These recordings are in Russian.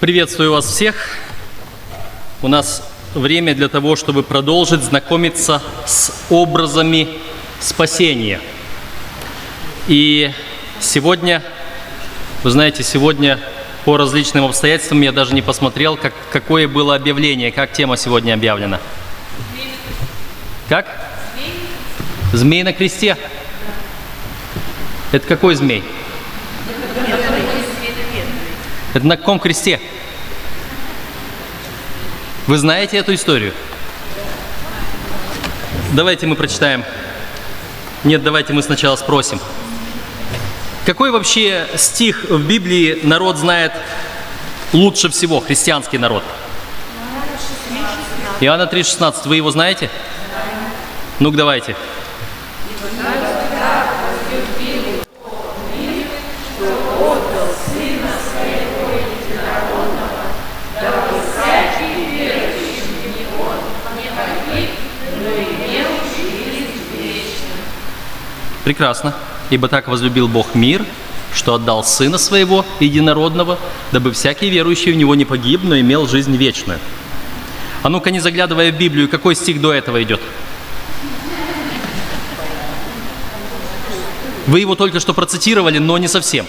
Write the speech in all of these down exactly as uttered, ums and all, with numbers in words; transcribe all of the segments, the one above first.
Приветствую вас всех. У нас время для того, чтобы продолжить знакомиться с образами спасения. И сегодня, вы знаете, сегодня по различным обстоятельствам я даже не посмотрел, как, какое было объявление, как тема сегодня объявлена. Как? Змей на кресте. Это какой змей? Это на каком кресте? Вы знаете эту историю? Давайте мы прочитаем. Нет, давайте мы сначала спросим. Какой вообще стих в Библии народ знает лучше всего, христианский народ? Иоанна три шестнадцать. Вы его знаете? Ну-ка, давайте. Прекрасно. «Ибо так возлюбил Бог мир, что отдал Сына Своего Единородного, дабы всякий верующий в Него не погиб, но имел жизнь вечную». А ну-ка, не заглядывая в Библию, какой стих до этого идет? Вы его только что процитировали, но не совсем.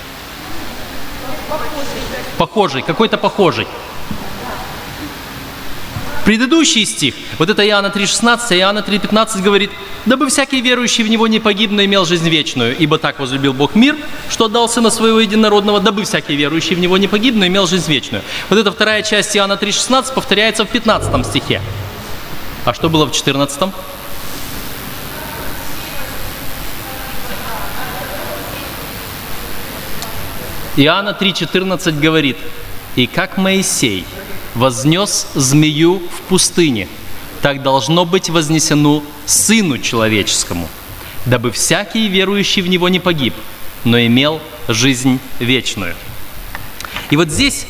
Похожий, какой-то похожий. Предыдущий стих, вот это Иоанна три шестнадцать, а Иоанна три пятнадцать говорит: «Дабы всякий верующий в Него не погиб, но имел жизнь вечную, ибо так возлюбил Бог мир, что отдал Сына Своего Единородного, дабы всякий верующий в Него не погиб, но имел жизнь вечную». Вот эта вторая часть Иоанна три шестнадцать повторяется в пятнадцатом стихе. А что было в четырнадцатом? Иоанна три четырнадцать говорит: «И как Моисей вознес змею в пустыне, так должно быть вознесено Сыну Человеческому, дабы всякий верующий в Него не погиб, но имел жизнь вечную». И вот здесь,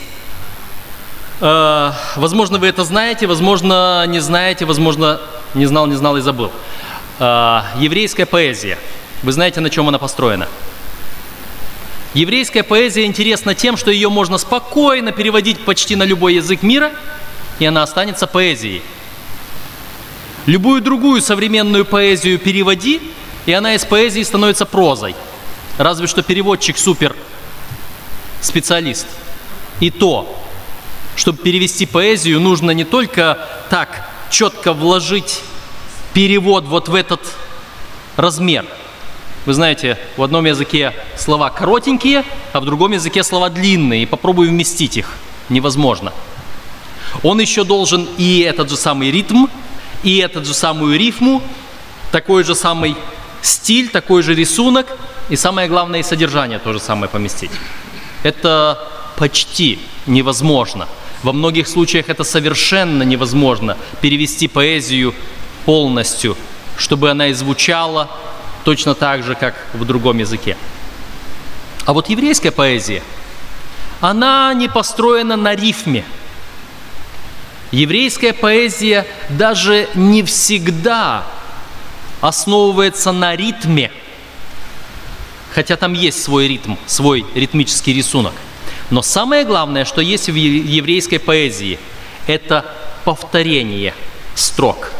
э, возможно, вы это знаете, возможно, не знаете, возможно, не знал, не знал и забыл. Э, еврейская поэзия. Вы знаете, на чем она построена? Еврейская поэзия интересна тем, что ее можно спокойно переводить почти на любой язык мира, и она останется поэзией. Любую другую современную поэзию переводи, и она из поэзии становится прозой. Разве что переводчик супер специалист. И то, чтобы перевести поэзию, нужно не только так четко вложить перевод вот в этот размер. Вы знаете, в одном языке слова коротенькие, а в другом языке слова длинные. И попробуй вместить их. Невозможно. Он еще должен и этот же самый ритм, и этот же самую рифму, такой же самый стиль, такой же рисунок, и самое главное, и содержание то же самое поместить. Это почти невозможно. Во многих случаях это совершенно невозможно перевести поэзию полностью, чтобы она и звучала точно так же, как в другом языке. А вот еврейская поэзия, она не построена на рифме. Еврейская поэзия даже не всегда основывается на ритме, хотя там есть свой ритм, свой ритмический рисунок. Но самое главное, что есть в еврейской поэзии, это повторение строк.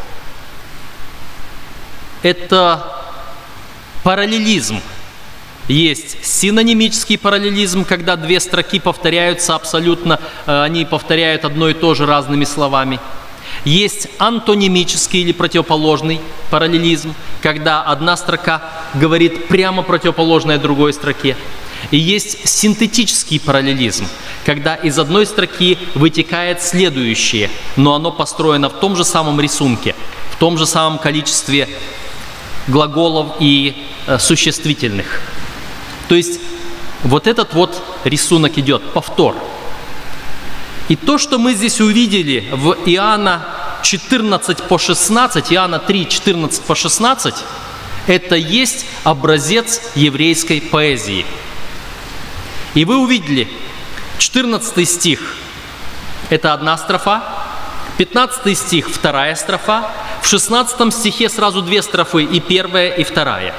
Это параллелизм. Есть синонимический параллелизм, когда две строки повторяются абсолютно, они повторяют одно и то же разными словами. Есть антонимический или противоположный параллелизм, когда одна строка говорит прямо противоположное другой строке. И есть синтетический параллелизм, когда из одной строки вытекает следующее, но оно построено в том же самом рисунке, в том же самом количестве глаголов и э, существительных. То есть вот этот вот рисунок идет, повтор. И то, что мы здесь увидели в Иоанна четырнадцать по шестнадцать, Иоанна три, четырнадцать по шестнадцать, это есть образец еврейской поэзии. И вы увидели, четырнадцатый стих – это одна строфа, пятнадцатый стих – вторая строфа, в шестнадцатом стихе сразу две строфы, и первая, и вторая.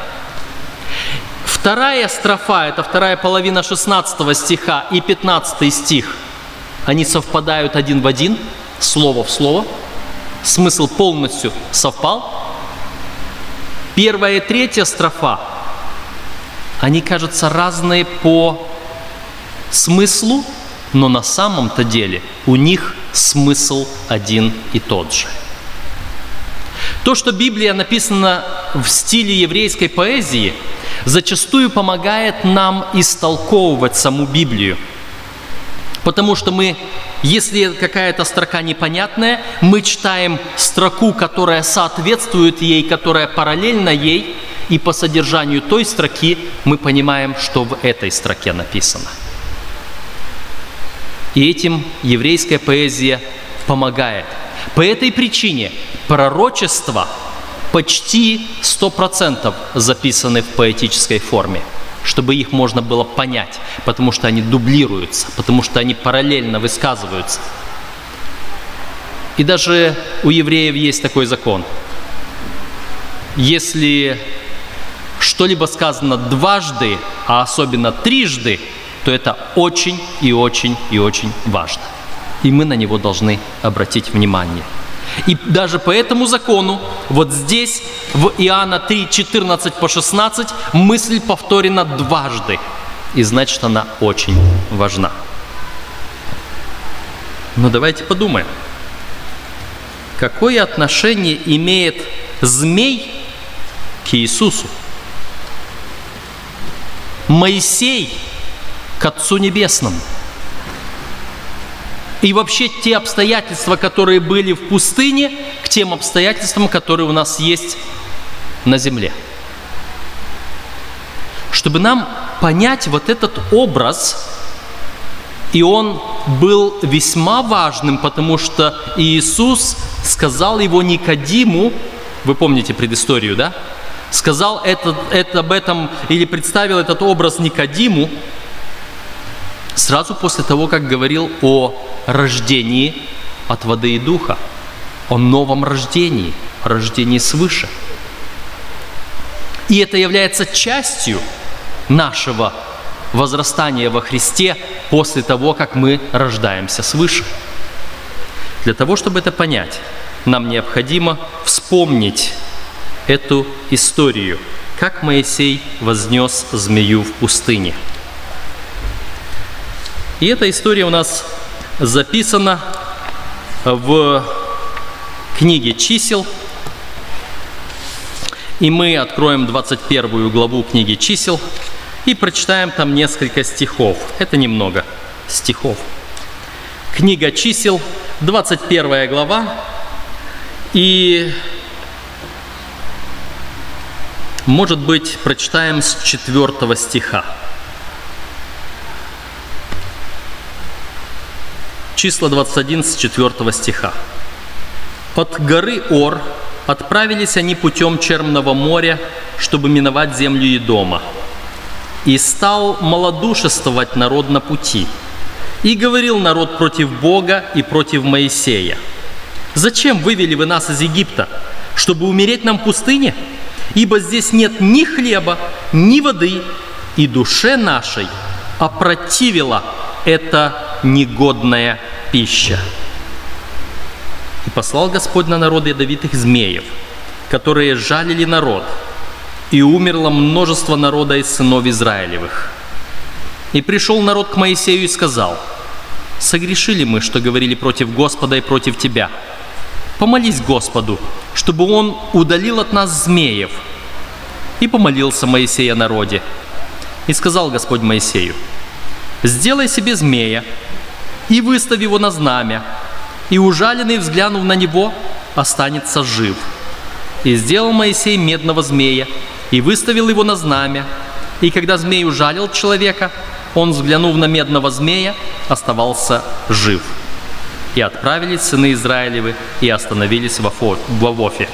Вторая строфа, это вторая половина шестнадцатого стиха, и пятнадцатый стих, они совпадают один в один, слово в слово, смысл полностью совпал. Первая и третья строфа, они кажутся разные по смыслу, но на самом-то деле у них смысл один и тот же. То, что Библия написана в стиле еврейской поэзии, зачастую помогает нам истолковывать саму Библию. Потому что мы, если какая-то строка непонятная, мы читаем строку, которая соответствует ей, которая параллельна ей, и по содержанию той строки мы понимаем, что в этой строке написано. И этим еврейская поэзия помогает. По этой причине пророчества почти сто процентов записаны в поэтической форме, чтобы их можно было понять, потому что они дублируются, потому что они параллельно высказываются. И даже у евреев есть такой закон. Если что-либо сказано дважды, а особенно трижды, то это очень и очень и очень важно. И мы на него должны обратить внимание. И даже по этому закону, вот здесь, в Иоанна три, четырнадцать по шестнадцать, мысль повторена дважды. И значит, она очень важна. Но давайте подумаем. Какое отношение имеет змей к Иисусу? Моисей к Отцу Небесному. И вообще те обстоятельства, которые были в пустыне, к тем обстоятельствам, которые у нас есть на земле. Чтобы нам понять вот этот образ, и он был весьма важным, потому что Иисус сказал его Никодиму, вы помните предысторию, да? Сказал это, это об этом, или представил этот образ Никодиму, сразу после того, как говорил о рождении от воды и духа, о новом рождении, о рождении свыше. И это является частью нашего возрастания во Христе после того, как мы рождаемся свыше. Для того, чтобы это понять, нам необходимо вспомнить эту историю, как Моисей вознес змею в пустыне. И эта история у нас записана в книге «Чисел». И мы откроем двадцать первую главу книги «Чисел» и прочитаем там несколько стихов. Это немного стихов. Книга «Чисел», двадцать первая глава. И, может быть, прочитаем с четвертого стиха. Числа двадцать один с четвертого стиха. «От горы Ор отправились они путем Черного моря, чтобы миновать землю Едома. И стал малодушествовать народ на пути. И говорил народ против Бога и против Моисея: зачем вывели вы нас из Египта, чтобы умереть нам в пустыне? Ибо здесь нет ни хлеба, ни воды, и душе нашей опротивила эта негодная пища. И послал Господь на народ ядовитых змеев, которые жалили народ, и умерло множество народа из сынов Израилевых. И пришел народ к Моисею и сказал: согрешили мы, что говорили против Господа и против тебя. Помолись Господу, чтобы Он удалил от нас змеев. И помолился Моисей о народе. И сказал Господь Моисею: сделай себе змея и выставь его на знамя, и ужаленный, взглянув на него, останется жив. И сделал Моисей медного змея, и выставил его на знамя. И когда змей ужалил человека, он, взглянув на медного змея, оставался жив. И отправились сыны Израилевы, и остановились в Овофе».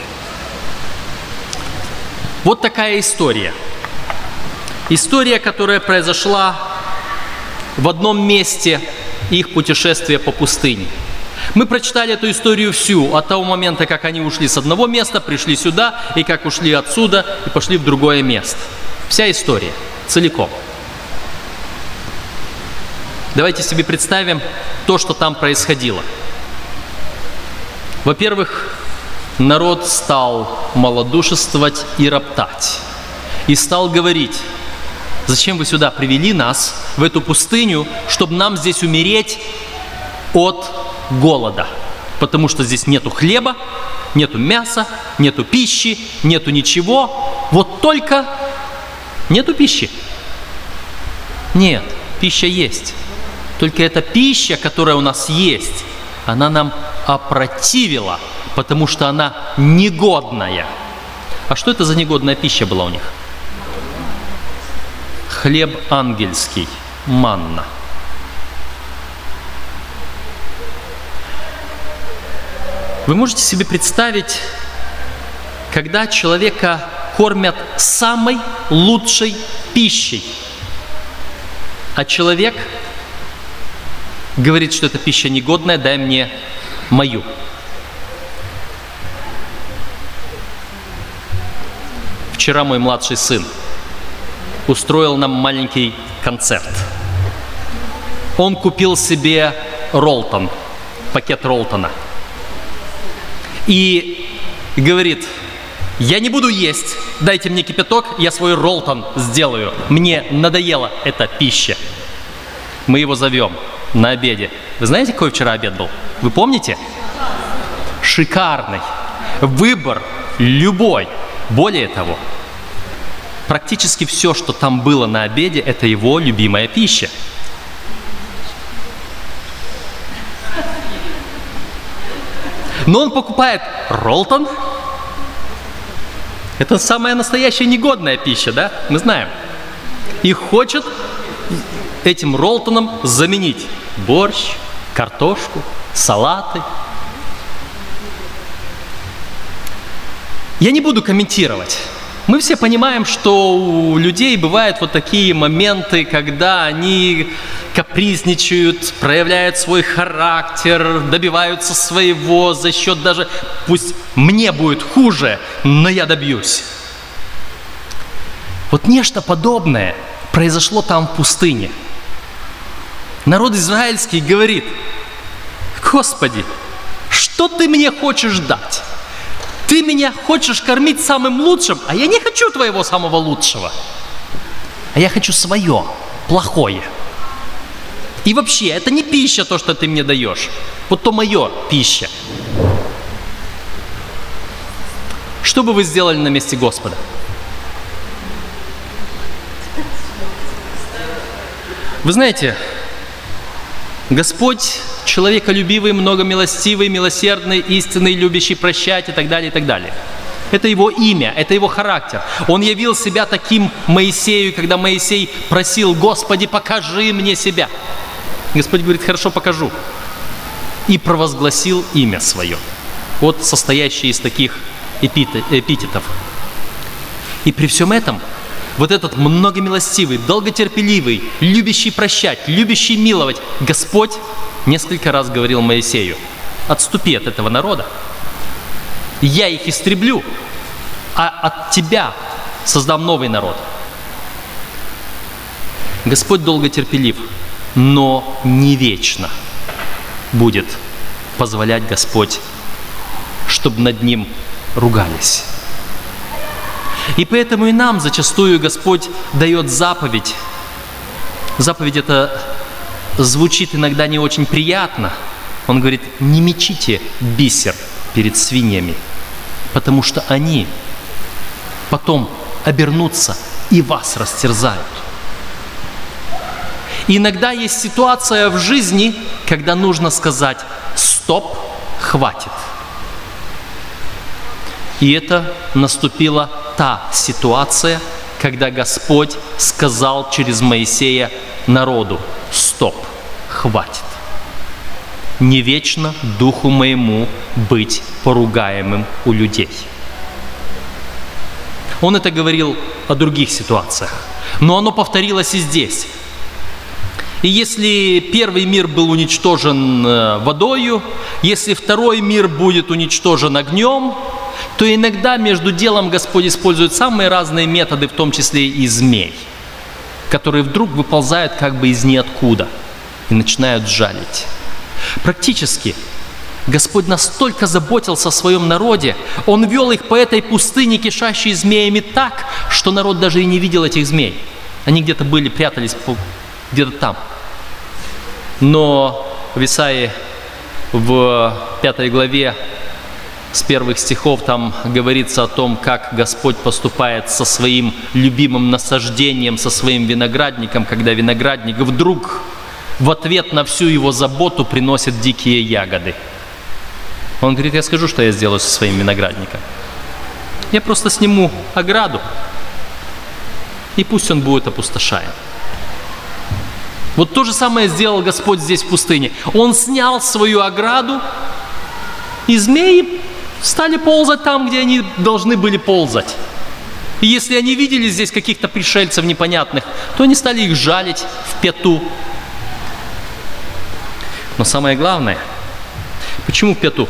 Вот такая история. История, которая произошла в одном месте их путешествия по пустыне. Мы прочитали эту историю всю, от того момента, как они ушли с одного места, пришли сюда, и как ушли отсюда, и пошли в другое место. Вся история, целиком. Давайте себе представим то, что там происходило. Во-первых, народ стал малодушествовать и роптать. И стал говорить: зачем вы сюда привели нас, в эту пустыню, чтобы нам здесь умереть от голода? Потому что здесь нету хлеба, нету мяса, нету пищи, нету ничего. Вот только нету пищи. Нет, пища есть. Только эта пища, которая у нас есть, она нам опротивила, потому что она негодная. А что это за негодная пища была у них? Хлеб ангельский, манна. Вы можете себе представить, когда человека кормят самой лучшей пищей, а человек говорит, что эта пища негодная, дай мне мою. Вчера мой младший сын устроил нам маленький концерт. Он купил себе роллтон, пакет роллтона. И говорит: я не буду есть, дайте мне кипяток, я свой роллтон сделаю. Мне надоела эта пища. Мы его зовем на обеде. Вы знаете, какой вчера обед был? Вы помните? Шикарный. Выбор любой. Более того, практически все, что там было на обеде, это его любимая пища. Но он покупает роллтон. Это самая настоящая негодная пища, да? Мы знаем. И хочет этим роллтоном заменить борщ, картошку, салаты. Я не буду комментировать. Мы все понимаем, что у людей бывают вот такие моменты, когда они капризничают, проявляют свой характер, добиваются своего за счет даже, пусть мне будет хуже, но я добьюсь. Вот нечто подобное произошло там в пустыне. Народ израильский говорит: Господи, что ты мне хочешь дать? Ты меня хочешь кормить самым лучшим, а я не хочу твоего самого лучшего. А я хочу свое, плохое. И вообще, это не пища, то, что ты мне даешь. Вот то мое пища. Что бы вы сделали на месте Господа? Вы знаете, Господь человеколюбивый, многомилостивый, милосердный, истинный, любящий прощать и так далее, и так далее. Это его имя, это его характер. Он явил себя таким Моисею, когда Моисей просил: Господи, покажи мне себя. Господь говорит: хорошо, покажу. И провозгласил имя свое. Вот состоящее из таких эпитетов. И при всем этом вот этот многомилостивый, долготерпеливый, любящий прощать, любящий миловать Господь несколько раз говорил Моисею: отступи от этого народа, я их истреблю, а от тебя создам новый народ. Господь долготерпелив, но не вечно будет позволять Господь, чтобы над Ним ругались. И поэтому и нам зачастую Господь дает заповедь. Заповедь эта звучит иногда не очень приятно. Он говорит: не мечите бисер перед свиньями, потому что они потом обернутся и вас растерзают. И иногда есть ситуация в жизни, когда нужно сказать: стоп, хватит. И это наступила та ситуация, когда Господь сказал через Моисея народу: стоп, хватит. Не вечно духу моему быть поругаемым у людей. Он это говорил о других ситуациях, но оно повторилось и здесь. И если первый мир был уничтожен водою, если второй мир будет уничтожен огнем, то иногда между делом Господь использует самые разные методы, в том числе и змей, которые вдруг выползают как бы из ниоткуда. и начинают жалить. Практически Господь настолько заботился о своем народе, Он вел их по этой пустыне, кишащей змеями, так, что народ даже и не видел этих змей. Они где-то были, прятались где-то там. Но в Исаии в пятой главе с первых стихов там говорится о том, как Господь поступает со своим любимым насаждением, со своим виноградником, когда виноградник вдруг в ответ на всю его заботу приносит дикие ягоды. Он говорит: я скажу, что я сделаю со своим виноградником. Я просто сниму ограду, и пусть он будет опустошаем. Вот то же самое сделал Господь здесь в пустыне. Он снял свою ограду, и змеи стали ползать там, где они должны были ползать. И если они видели здесь каких-то пришельцев непонятных, то они стали их жалить в пяту. Но самое главное, почему в пяту?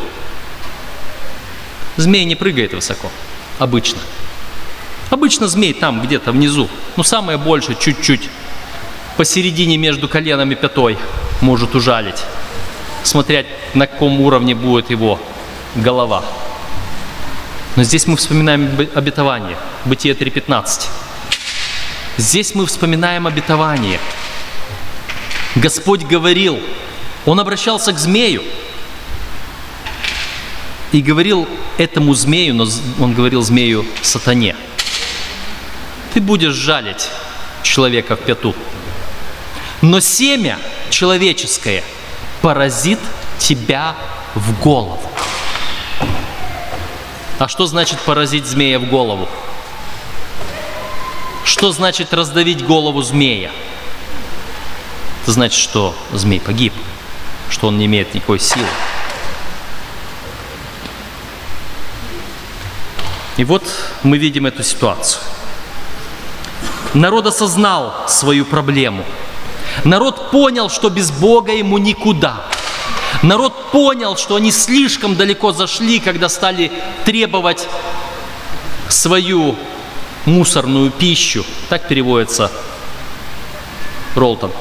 Змей не прыгает высоко, обычно. Обычно змей там где-то внизу, ну самое больше чуть-чуть посередине между коленом и пятой может ужалить, смотря на каком уровне будет его голова. Но здесь мы вспоминаем обетование, Бытие три пятнадцать. Здесь мы вспоминаем обетование. Господь говорил, Он обращался к змею и говорил этому змею, но Он говорил змею сатане: ты будешь жалить человека в пяту, но семя человеческое поразит тебя в голову. А что значит поразить змея в голову? Что значит раздавить голову змея? Это значит, что змей погиб, что он не имеет никакой силы. И вот мы видим эту ситуацию. Народ осознал свою проблему. Народ понял, что без Бога ему никуда. Народ понял, что они слишком далеко зашли, когда стали требовать свою мусорную пищу. Так переводится Ролтон.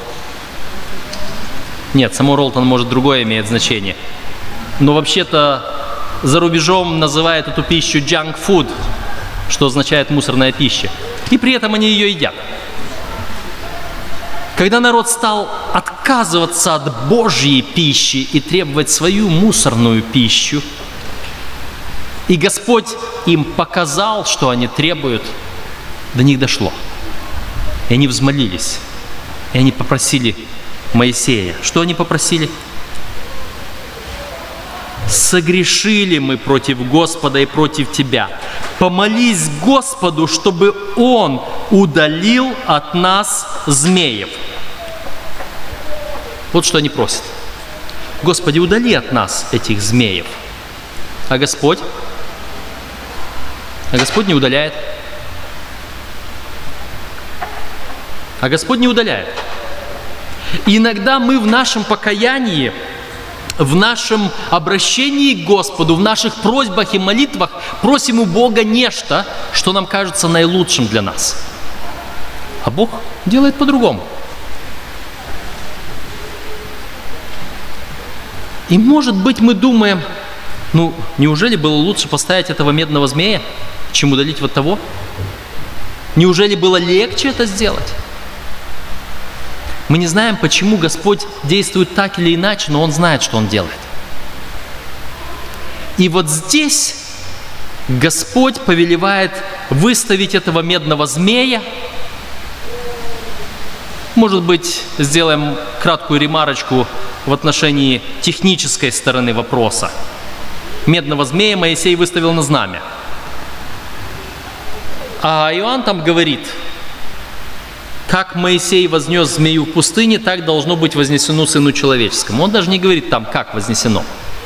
Нет, само Ролтон, может, другое имеет значение. Но вообще-то за рубежом называют эту пищу junk food, что означает мусорная пища. И при этом они ее едят. Когда народ стал отказываться от Божьей пищи и требовать свою мусорную пищу, и Господь им показал, что они требуют, до них дошло. И они взмолились. И они попросили Моисея. Что они попросили? Согрешили мы против Господа и против тебя. Помолись Господу, чтобы Он удалил от нас змеев. Вот что они просят. Господи, удали от нас этих змеев. А Господь? А Господь не удаляет. А Господь не удаляет. И иногда мы в нашем покаянии, в нашем обращении к Господу, в наших просьбах и молитвах просим у Бога нечто, что нам кажется наилучшим для нас. А Бог делает по-другому. И может быть мы думаем, ну неужели было лучше поставить этого медного змея, чем удалить вот того? Неужели было легче это сделать? Мы не знаем, почему Господь действует так или иначе, но Он знает, что Он делает. И вот здесь Господь повелевает выставить этого медного змея. Может быть, сделаем краткую ремарочку в отношении технической стороны вопроса. Медного змея Моисей выставил на знамя. А Иоанн там говорит: как Моисей вознес змею в пустыне, так должно быть вознесено Сыну Человеческому. Он даже не говорит там, как вознесено.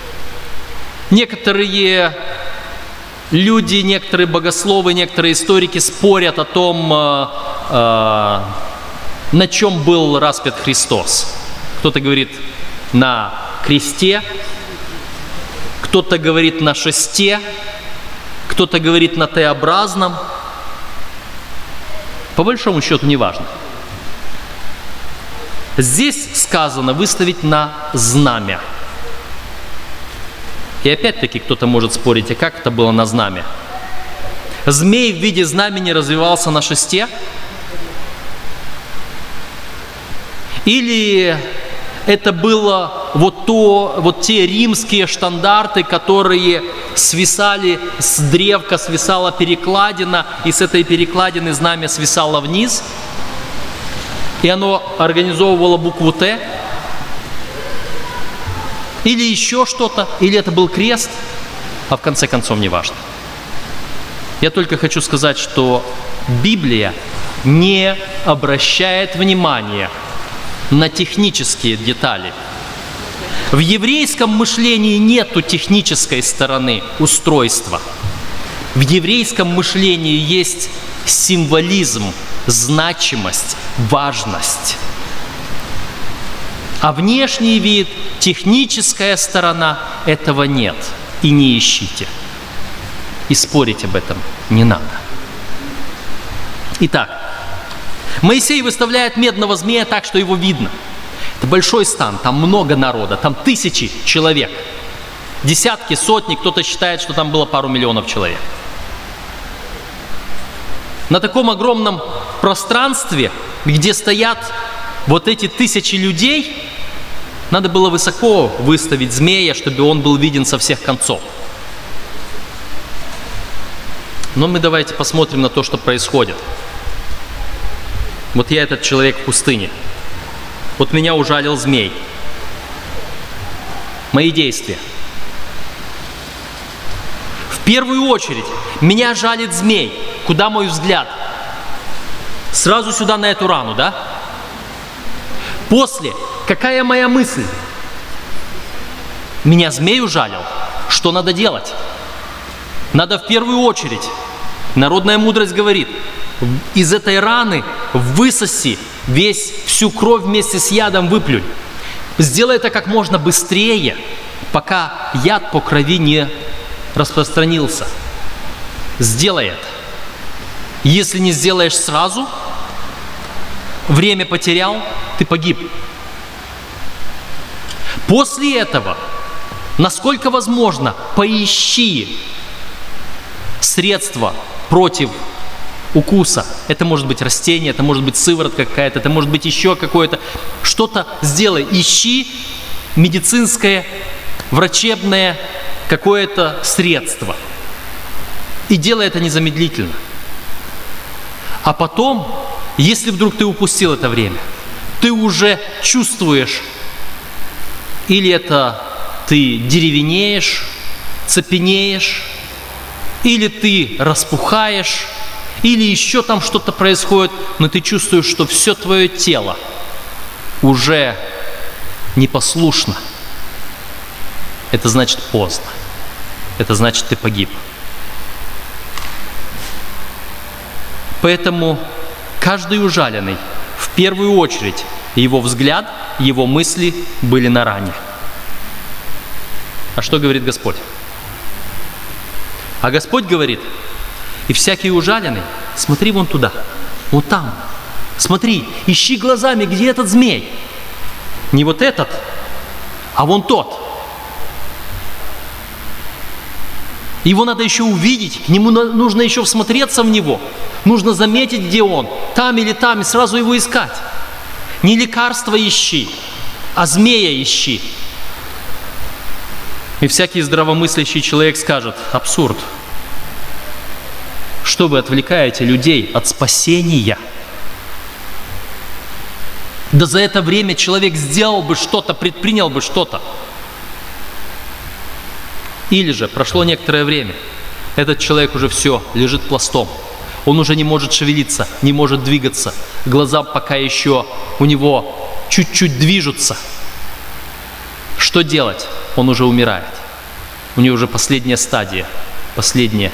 Некоторые люди, некоторые богословы, некоторые историки спорят о том, э, э, на чем был распят Христос. Кто-то говорит на кресте, кто-то говорит на шесте, кто-то говорит на Т-образном. По большому счету не важно. Здесь сказано выставить на знамя. И опять-таки кто-то может спорить, а как это было на знамя? Змей в виде знамени развивался на шесте? Или это было вот, то, вот те римские штандарты, которые свисали с древка, свисала перекладина, и с этой перекладины знамя свисало вниз, и оно организовывало букву Т? Или еще что-то, или это был крест, а в конце концов не важно. Я только хочу сказать, что Библия не обращает внимания на технические детали. В еврейском мышлении нету технической стороны устройства. В еврейском мышлении есть символизм, значимость, важность. А внешний вид, техническая сторона, этого нет. И не ищите. И спорить об этом не надо. Итак, Моисей выставляет медного змея так, что его видно. Это большой стан, там много народа, там тысячи человек. Десятки, сотни, кто-то считает, что там было пару миллионов человек. На таком огромном пространстве, где стоят вот эти тысячи людей, надо было высоко выставить змея, чтобы он был виден со всех концов. Но мы давайте посмотрим на то, что происходит. Вот я этот человек в пустыне. Вот меня ужалил змей. Мои действия. В первую очередь, меня жалит змей. Куда мой взгляд? Сразу сюда, на эту рану, да? После, какая моя мысль? Меня змей ужалил. Что надо делать? Надо в первую очередь, народная мудрость говорит, из этой раны высоси весь, всю кровь вместе с ядом выплюнь. Сделай это как можно быстрее, пока яд по крови не распространился. Сделай это. Если не сделаешь сразу, время потерял, ты погиб. После этого, насколько возможно, поищи средства против укуса. Это может быть растение, это может быть сыворотка какая-то, это может быть еще какое-то. Что-то сделай. Ищи медицинское, врачебное какое-то средство. И делай это незамедлительно. А потом, если вдруг ты упустил это время, ты уже чувствуешь, или это ты деревенеешь, цепенеешь, или ты распухаешь, или еще там что-то происходит, но ты чувствуешь, что все твое тело уже непослушно. Это значит поздно. Это значит, ты погиб. Поэтому каждый ужаленный, в первую очередь, его взгляд, его мысли были на ране. А что говорит Господь? А Господь говорит: и всякий ужаленный, смотри вон туда, вот там. Смотри, ищи глазами, где этот змей. Не вот этот, а вон тот. Его надо еще увидеть, к нему нужно еще всмотреться в него. Нужно заметить, где он, там или там, и сразу его искать. Не лекарство ищи, а змея ищи. И всякий здравомыслящий человек скажет: абсурд. Что вы отвлекаете людей от спасения? Да за это время человек сделал бы что-то, предпринял бы что-то. Или же прошло некоторое время, этот человек уже все, лежит пластом. Он уже не может шевелиться, не может двигаться. Глаза пока еще у него чуть-чуть движутся. Что делать? Он уже умирает. У него уже последняя стадия, последняя.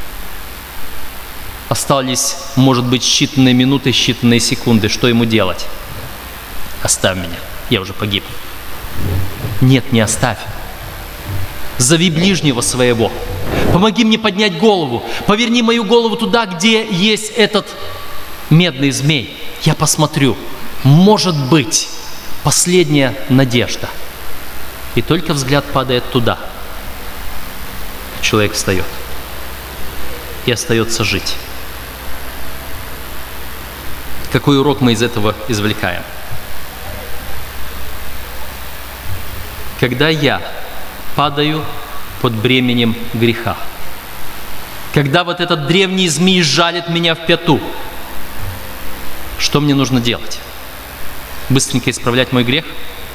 Остались, может быть, считанные минуты, считанные секунды. Что ему делать? Оставь меня, я уже погиб. Нет, не оставь. Зови ближнего своего. Помоги мне поднять голову. Поверни мою голову туда, где есть этот медный змей. Я посмотрю. Может быть, последняя надежда. И только взгляд падает туда. Человек встает и остается жить. Какой урок мы из этого извлекаем? Когда я падаю под бременем греха, когда вот этот древний змей жалит меня в пяту, что мне нужно делать? Быстренько исправлять мой грех?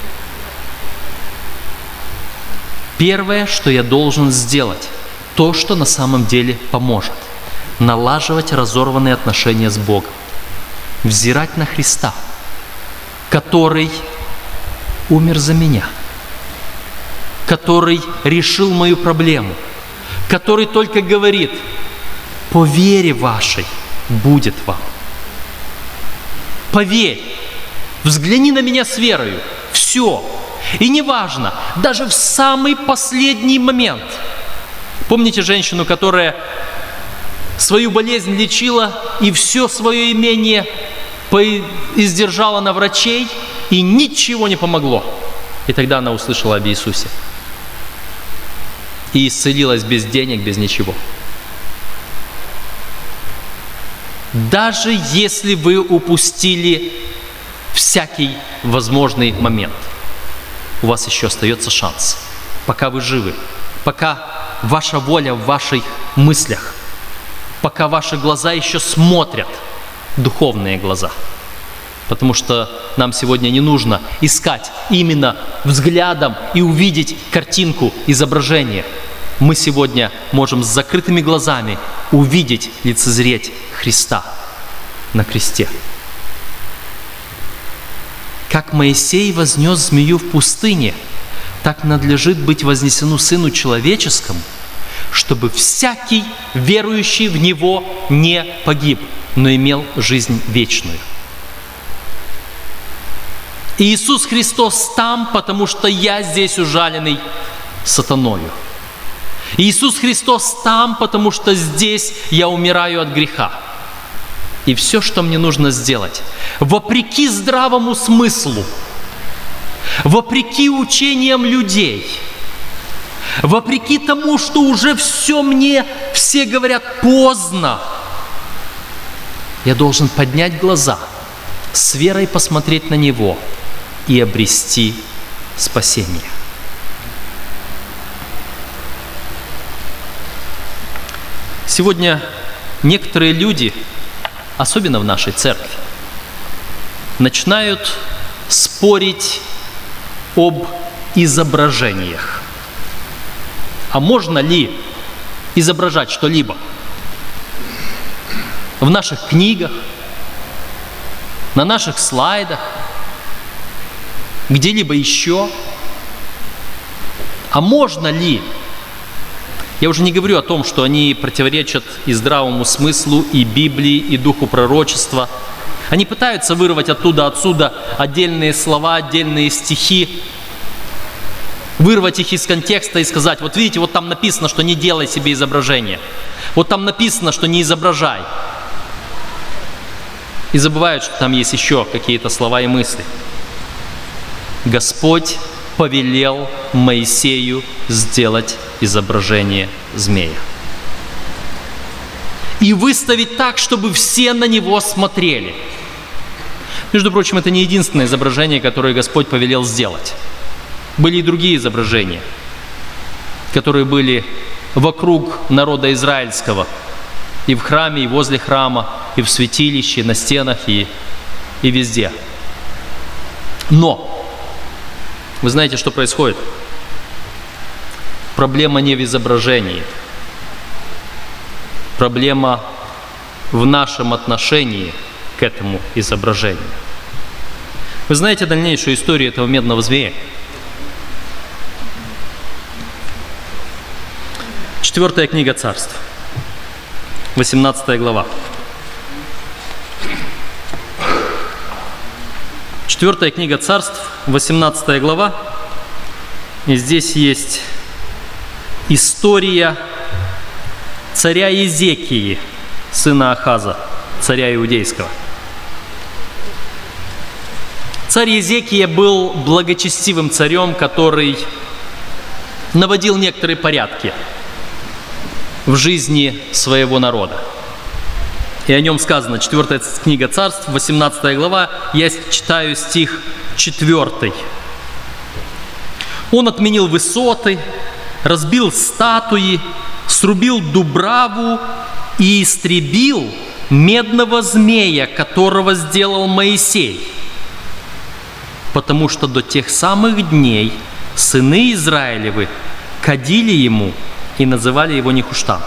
Первое, что я должен сделать, то, что на самом деле поможет. Налаживать разорванные отношения с Богом. Взирать на Христа, который умер за меня, который решил мою проблему, который только говорит: по вере вашей будет вам. Поверь, взгляни на меня с верою. Все. И неважно, даже в самый последний момент. Помните женщину, которая свою болезнь лечила и все свое имение издержала на врачей, и ничего не помогло. И тогда она услышала об Иисусе. И исцелилась без денег, без ничего. Даже если вы упустили всякий возможный момент, у вас еще остается шанс. Пока вы живы, пока ваша воля в ваших мыслях, пока ваши глаза еще смотрят, духовные глаза. Потому что нам сегодня не нужно искать именно взглядом и увидеть картинку, изображение. Мы сегодня можем с закрытыми глазами увидеть, лицезреть Христа на кресте. Как Моисей вознес змею в пустыне, так надлежит быть вознесену Сыну Человеческому, чтобы всякий, верующий в Него, не погиб, но имел жизнь вечную. И Иисус Христос там, потому что я здесь ужаленный сатаною. Иисус Христос там, потому что здесь я умираю от греха. И все, что мне нужно сделать, вопреки здравому смыслу, вопреки учениям людей, вопреки тому, что уже все мне, все говорят поздно, я должен поднять глаза, с верой посмотреть на Него и обрести спасение. Сегодня некоторые люди, особенно в нашей церкви, начинают спорить об изображениях. А можно ли изображать что-либо? В наших книгах, на наших слайдах, где-либо еще? А можно ли? Я уже не говорю о том, что они противоречат и здравому смыслу, и Библии, и духу пророчества. Они пытаются вырвать оттуда, отсюда отдельные слова, отдельные стихи, вырвать их из контекста и сказать: вот видите, вот там написано, что не делай себе изображение. Вот там написано, что не изображай. И забывают, что там есть еще какие-то слова и мысли. Господь повелел Моисею сделать изображение змея и выставить так, чтобы все на него смотрели. Между прочим, это не единственное изображение, которое Господь повелел сделать. Были и другие изображения, которые были вокруг народа израильского, и в храме, и возле храма, и в святилище, на стенах, и, и везде. Но вы знаете, что происходит? Проблема не в изображении. Проблема в нашем отношении к этому изображению. Вы знаете дальнейшую историю этого медного змея? Четвертая книга Царств, восемнадцатая глава. Четвертая книга Царств, восемнадцатая глава. И здесь есть история царя Иезекии, сына Ахаза, царя Иудейского. Царь Езекия был благочестивым царем, который наводил некоторые порядки в жизни своего народа. И о нем сказано, четвёртая книга Царств, восемнадцатая глава, я читаю стих четвёртый. Он отменил высоты, разбил статуи, срубил дубраву и истребил медного змея, которого сделал Моисей. Потому что до тех самых дней сыны Израилевы кадили ему и называли его Нехуштан.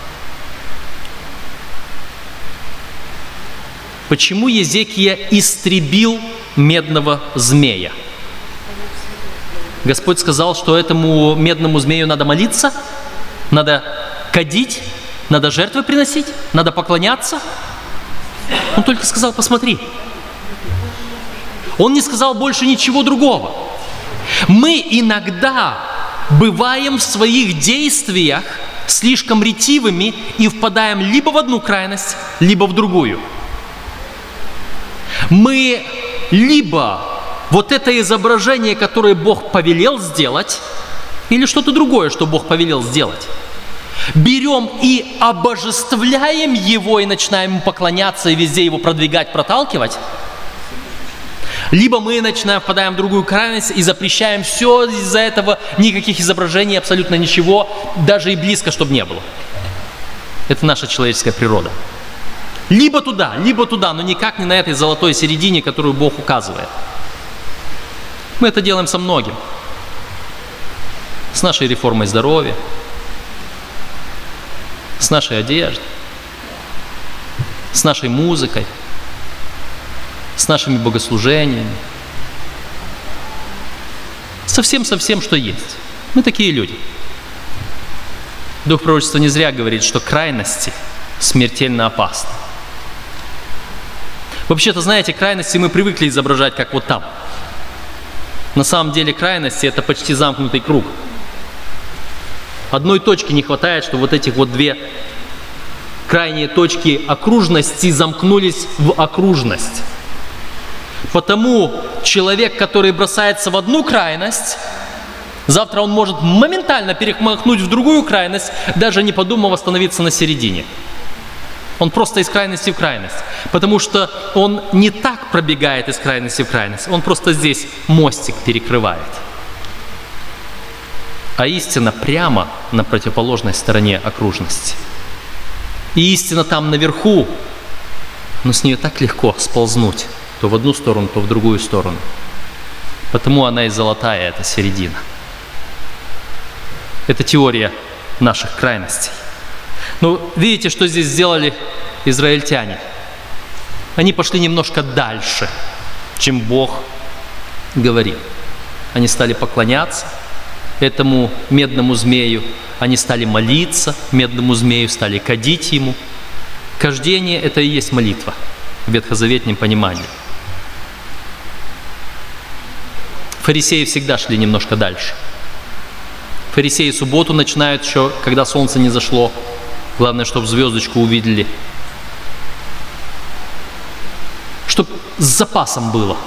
Почему Езекия истребил медного змея? Господь сказал, что этому медному змею надо молиться, надо кадить, надо жертвы приносить, надо поклоняться. Он только сказал: посмотри. Он не сказал больше ничего другого. Мы иногда бываем в своих действиях слишком ретивыми и впадаем либо в одну крайность, либо в другую. Мы либо вот это изображение, которое Бог повелел сделать, или что-то другое, что Бог повелел сделать, берем и обожествляем его, и начинаем ему поклоняться, и везде его продвигать, проталкивать, либо мы начинаем, впадаем в другую крайность и запрещаем все из-за этого, никаких изображений, абсолютно ничего, даже и близко, чтобы не было. Это наша человеческая природа. Либо туда, либо туда, но никак не на этой золотой середине, которую Бог указывает. Мы это делаем со многим. С нашей реформой здоровья, с нашей одеждой, с нашей музыкой, с нашими богослужениями, со всем, со всем, что есть. Мы такие люди. Дух пророчества не зря говорит, что крайности смертельно опасны. Вообще-то, знаете, крайности мы привыкли изображать, как вот там. На самом деле крайности – это почти замкнутый круг. Одной точки не хватает, что вот этих вот две крайние точки окружности замкнулись в окружность. Потому человек, который бросается в одну крайность, завтра он может моментально перемахнуть в другую крайность, даже не подумав остановиться на середине. Он просто из крайности в крайность, потому что он не так пробегает из крайности в крайность, он просто здесь мостик перекрывает. А истина прямо на противоположной стороне окружности. И истина там наверху, но с нее так легко сползнуть то в одну сторону, то в другую сторону. Потому она и золотая, эта середина. Это теория наших крайностей. Но видите, что здесь сделали израильтяне? Они пошли немножко дальше, чем Бог говорил. Они стали поклоняться этому медному змею, они стали молиться медному змею, стали кадить ему. Кождение – это и есть молитва в ветхозаветном понимании. Фарисеи всегда шли немножко дальше. Фарисеи субботу начинают еще, когда солнце не зашло. Главное, чтобы звездочку увидели. Чтобы с запасом было.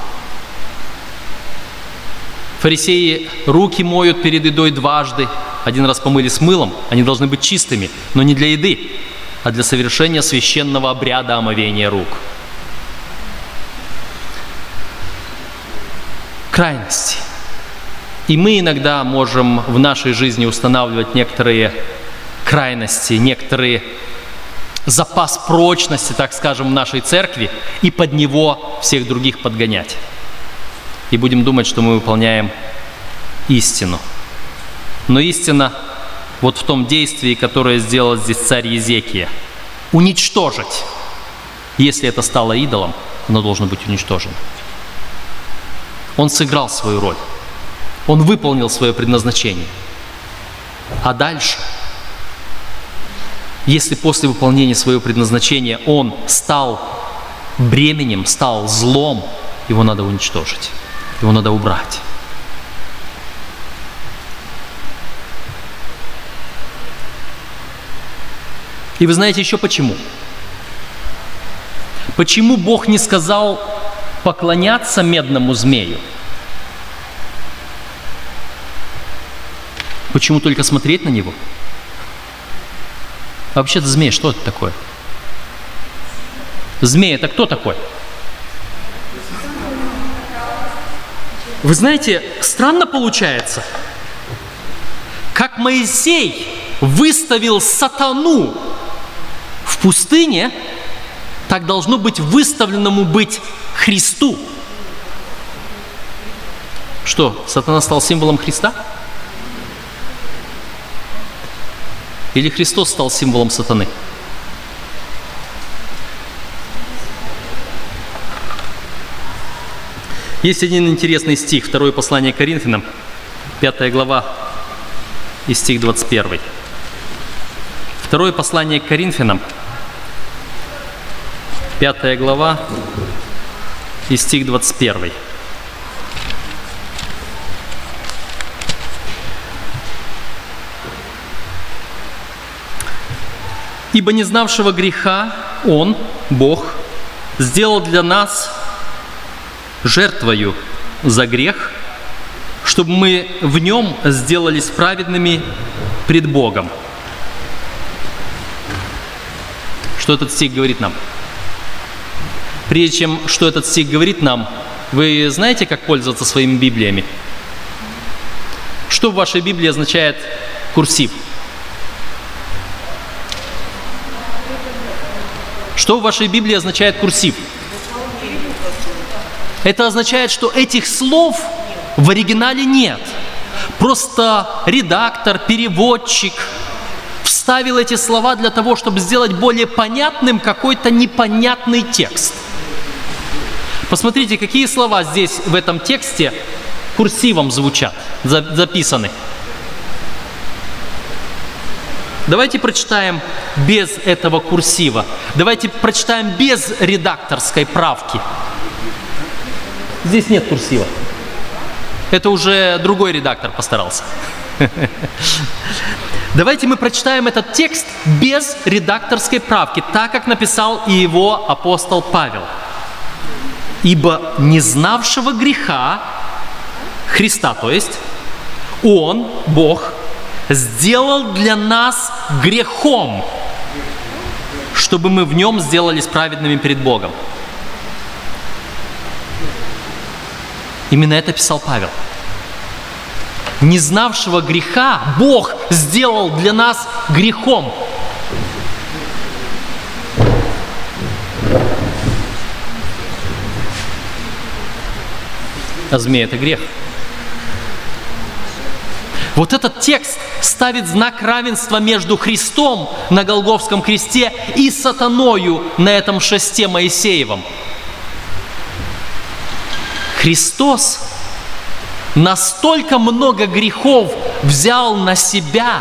Фарисеи руки моют перед едой дважды. Один раз помыли с мылом. Они должны быть чистыми, но не для еды, а для совершения священного обряда омовения рук. Крайности. И мы иногда можем в нашей жизни устанавливать некоторые крайности, некоторые запас прочности, так скажем, в нашей церкви, и под него всех других подгонять. И будем думать, что мы выполняем истину. Но истина вот в том действии, которое сделал здесь царь Езекия. Уничтожить. Если это стало идолом, оно должно быть уничтожено. Он сыграл свою роль. Он выполнил свое предназначение. А дальше, если после выполнения своего предназначения он стал бременем, стал злом, его надо уничтожить. Его надо убрать. И вы знаете еще почему? Почему Бог не сказал поклоняться медному змею. Почему только смотреть на него? А вообще-то змей, что это такое? Змей — это кто такой? Вы знаете, странно получается. Как Моисей выставил сатану в пустыне, так должно быть выставленному быть Христу. Что, сатана стал символом Христа? Или Христос стал символом сатаны? Есть один интересный стих, второе послание к Коринфянам, пятая глава и стих двадцать первый. Второе послание к Коринфянам, пятая глава и стих двадцать первый. «Ибо не знавшего греха Он, Бог, сделал для нас жертвою за грех, чтобы мы в Нем сделались праведными пред Богом». Что этот стих говорит нам? Прежде чем, что этот стих говорит нам, вы знаете, как пользоваться своими Библиями? Что в вашей Библии означает курсив? Что в вашей Библии означает курсив? Это означает, что этих слов в оригинале нет. Просто редактор, переводчик вставил эти слова для того, чтобы сделать более понятным какой-то непонятный текст. Посмотрите, какие слова здесь в этом тексте курсивом звучат, записаны. Давайте прочитаем без этого курсива. Давайте прочитаем без редакторской правки. Здесь нет курсива. Это уже другой редактор постарался. Давайте мы прочитаем этот текст без редакторской правки, так как написал и его апостол Павел. «Ибо не знавшего греха, Христа, то есть, Он, Бог, сделал для нас грехом, чтобы мы в Нем сделались праведными перед Богом». Именно это писал Павел. Не знавшего греха Бог сделал для нас грехом. А змея — это грех. Вот этот текст ставит знак равенства между Христом на Голгофском кресте и сатаною на этом шесте Моисеевом. Христос настолько много грехов взял на себя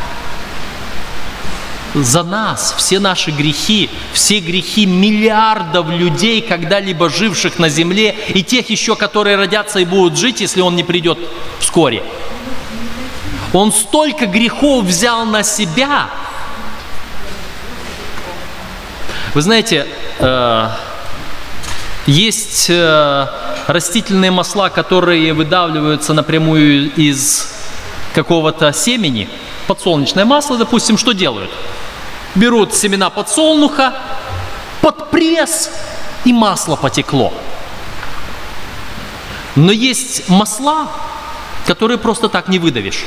за нас, все наши грехи, все грехи миллиардов людей, когда-либо живших на земле, и тех еще, которые родятся и будут жить, если Он не придет вскоре. Он столько грехов взял на себя. Вы знаете, э, есть э, растительные масла, которые выдавливаются напрямую из какого-то семени. Подсолнечное масло, допустим, что делают? Берут семена подсолнуха, под пресс, и масло потекло. Но есть масла, которые просто так не выдавишь.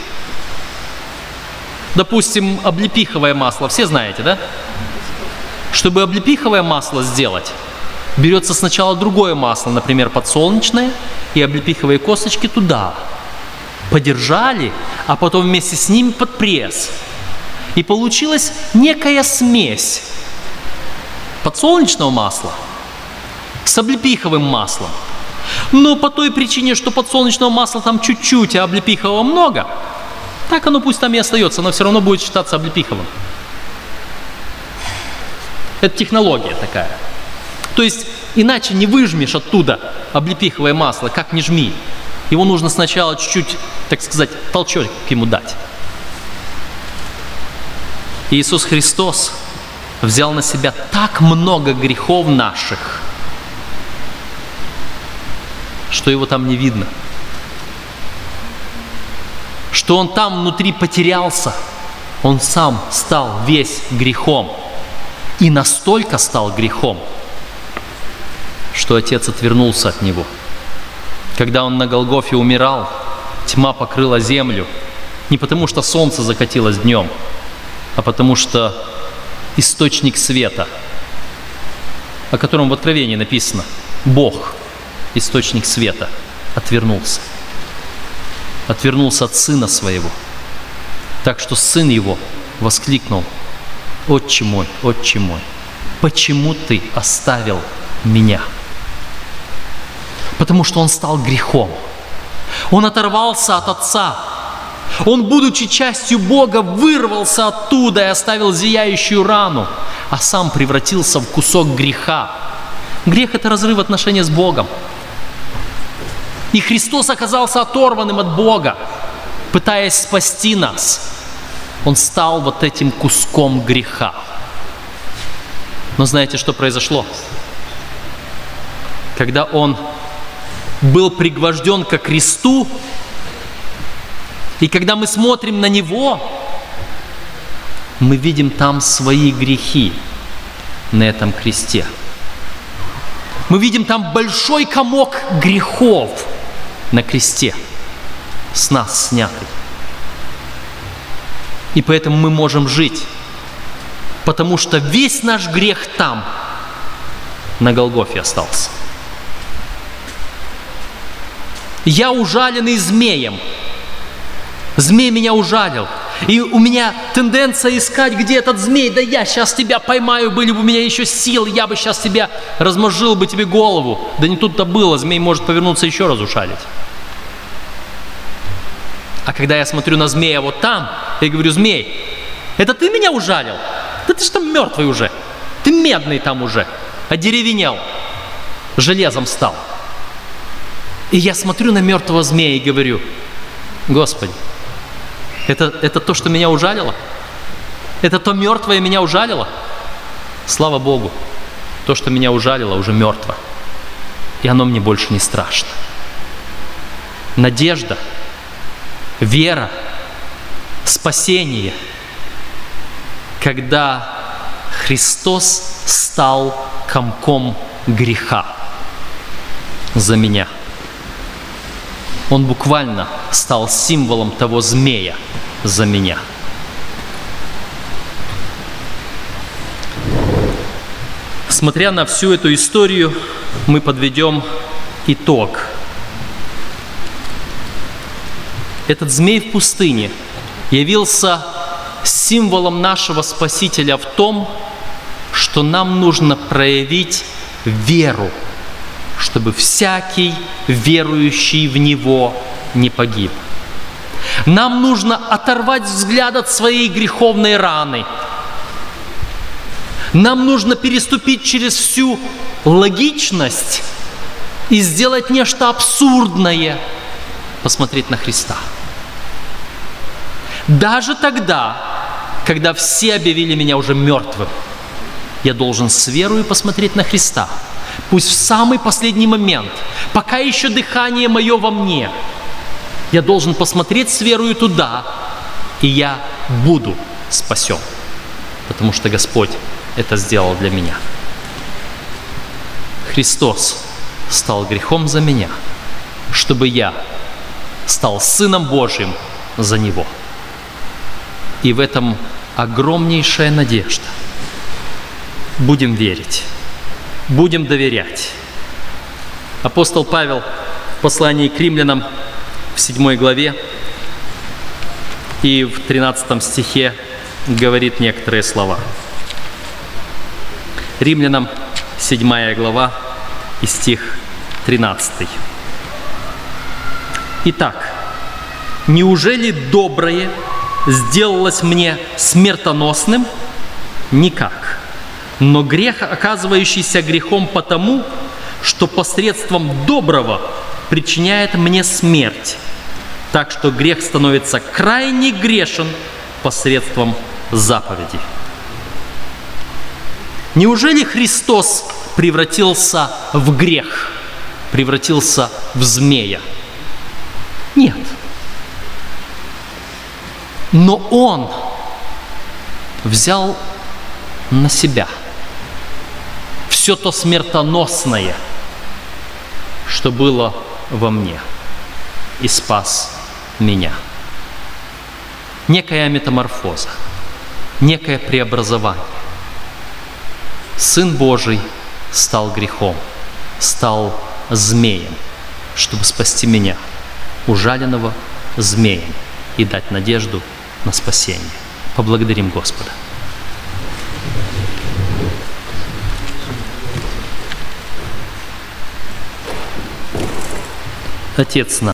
Допустим, облепиховое масло, все знаете, да? Чтобы облепиховое масло сделать, берется сначала другое масло, например, подсолнечное, и облепиховые косточки туда. Подержали, а потом вместе с ними под пресс. И получилась некая смесь подсолнечного масла с облепиховым маслом. Но по той причине, что подсолнечного масла там чуть-чуть, а облепихового много, так оно пусть там и остается, но все равно будет считаться облепиховым. Это технология такая. То есть иначе не выжмешь оттуда облепиховое масло, как не жми. Его нужно сначала чуть-чуть, так сказать, толчок ему дать. Иисус Христос взял на себя так много грехов наших, что его там не видно, что он там внутри потерялся. Он сам стал весь грехом. И настолько стал грехом, что Отец отвернулся от него. Когда он на Голгофе умирал, тьма покрыла землю. Не потому, что солнце закатилось днем, а потому, что источник света, о котором в Откровении написано, Бог, источник света, отвернулся. Отвернулся от Сына Своего. Так что Сын Его воскликнул: «Отче мой, Отче мой, почему Ты оставил меня?» Потому что Он стал грехом. Он оторвался от Отца. Он, будучи частью Бога, вырвался оттуда и оставил зияющую рану, а сам превратился в кусок греха. Грех – это разрыв отношений с Богом. И Христос оказался оторванным от Бога, пытаясь спасти нас. Он стал вот этим куском греха. Но знаете, что произошло? Когда Он был пригвожден ко кресту, и когда мы смотрим на Него, мы видим там свои грехи на этом кресте. Мы видим там большой комок грехов на кресте, с нас снятый. И поэтому мы можем жить, потому что весь наш грех там, на Голгофе, остался. Я ужаленный змеем. Змей меня ужалил. И у меня тенденция искать, где этот змей. Да я сейчас тебя поймаю, были бы у меня еще силы, я бы сейчас тебя размозжил бы тебе голову. Да не тут-то было, змей может повернуться еще раз ушалить. А когда я смотрю на змея вот там, я говорю: змей, это ты меня ужалил? Да ты же там мертвый уже. Ты медный там уже. Одеревенел. Железом стал. И я смотрю на мертвого змея и говорю: Господи, это, это то, что меня ужалило? Это то мертвое меня ужалило? Слава Богу, то, что меня ужалило, уже мертво. И оно мне больше не страшно. Надежда, вера, спасение, когда Христос стал комком греха за меня. Он буквально стал символом того змея за меня. Смотря на всю эту историю, мы подведем итог. Этот змей в пустыне явился символом нашего Спасителя в том, что нам нужно проявить веру, чтобы всякий верующий в Него не погиб. Нам нужно оторвать взгляд от своей греховной раны. Нам нужно переступить через всю логичность и сделать нечто абсурдное, посмотреть на Христа. Даже тогда, когда все объявили меня уже мертвым, я должен с верой посмотреть на Христа. Пусть в самый последний момент, пока еще дыхание мое во мне, я должен посмотреть с верою туда, и я буду спасен, потому что Господь это сделал для меня. Христос стал грехом за меня, чтобы я стал Сыном Божьим за Него. И в этом огромнейшая надежда. Будем верить. Будем доверять. Апостол Павел в послании к римлянам в седьмой главе и в тринадцатом стихе говорит некоторые слова. Римлянам седьмая глава и стих тринадцатый. Итак, неужели доброе сделалось мне смертоносным? Никак. Но грех, оказывающийся грехом потому, что посредством доброго причиняет мне смерть. Так что грех становится крайне грешен посредством заповеди. Неужели Христос превратился в грех? превратился в змея. Нет. Но Он взял на себя все то смертоносное, что было во мне, и спас меня. Некая метаморфоза, некое преобразование. Сын Божий стал грехом, стал змеем, чтобы спасти меня, ужаленного змеем, и дать надежду на спасение. Поблагодарим Господа. Отец наш,